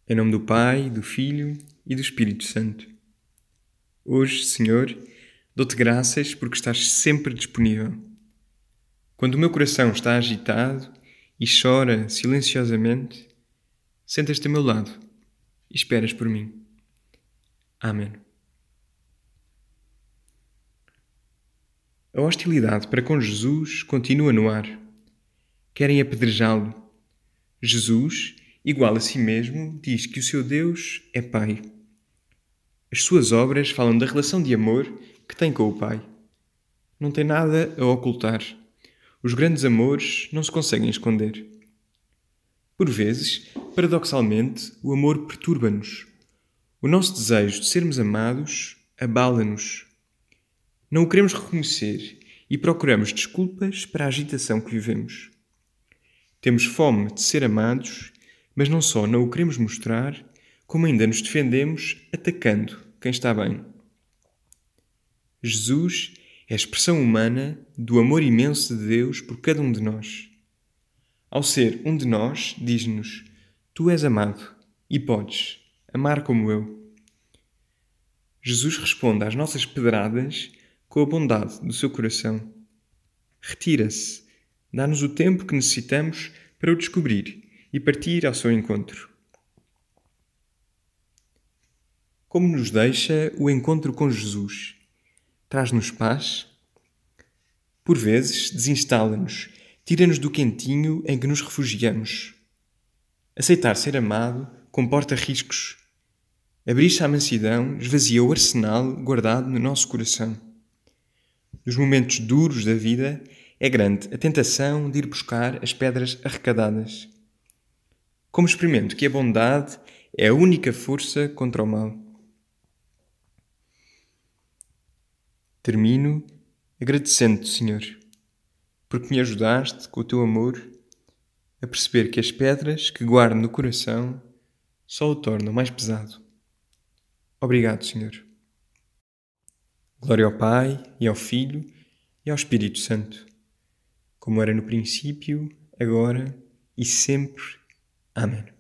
Em nome do Pai, do Filho e do Espírito Santo. Hoje, Senhor, dou-te graças porque estás sempre disponível. Quando o meu coração está agitado e chora silenciosamente, sentas-te ao meu lado e esperas por mim. Amém. A hostilidade para com Jesus continua no ar. Querem apedrejá-lo. Jesus, igual a si mesmo, diz que o seu Deus é Pai. As suas obras falam da relação de amor que tem com o Pai. Não tem nada a ocultar. Os grandes amores não se conseguem esconder. Por vezes, paradoxalmente, o amor perturba-nos. O nosso desejo de sermos amados abala-nos. Não o queremos reconhecer e procuramos desculpas para a agitação que vivemos. Temos fome de ser amados, mas não só não o queremos mostrar, como ainda nos defendemos atacando quem está bem. Jesus é a expressão humana do amor imenso de Deus por cada um de nós. Ao ser um de nós, diz-nos: Tu és amado e podes amar como eu. Jesus responde às nossas pedradas com a bondade do seu coração. Retira-se, dá-nos o tempo que necessitamos para o descobrir e partir ao seu encontro. Como nos deixa o encontro com Jesus? Traz-nos paz? Por vezes, desinstala-nos, tira-nos do quentinho em que nos refugiamos. Aceitar ser amado comporta riscos. Abrir-se à mansidão esvazia o arsenal guardado no nosso coração. Nos momentos duros da vida, é grande a tentação de ir buscar as pedras arrecadadas. Como experimento que a bondade é a única força contra o mal. Termino agradecendo-te, Senhor, porque me ajudaste com o teu amor a perceber que as pedras que guardo no coração só o tornam mais pesado. Obrigado, Senhor. Glória ao Pai, e ao Filho, e ao Espírito Santo, como era no princípio, agora e sempre. Amém.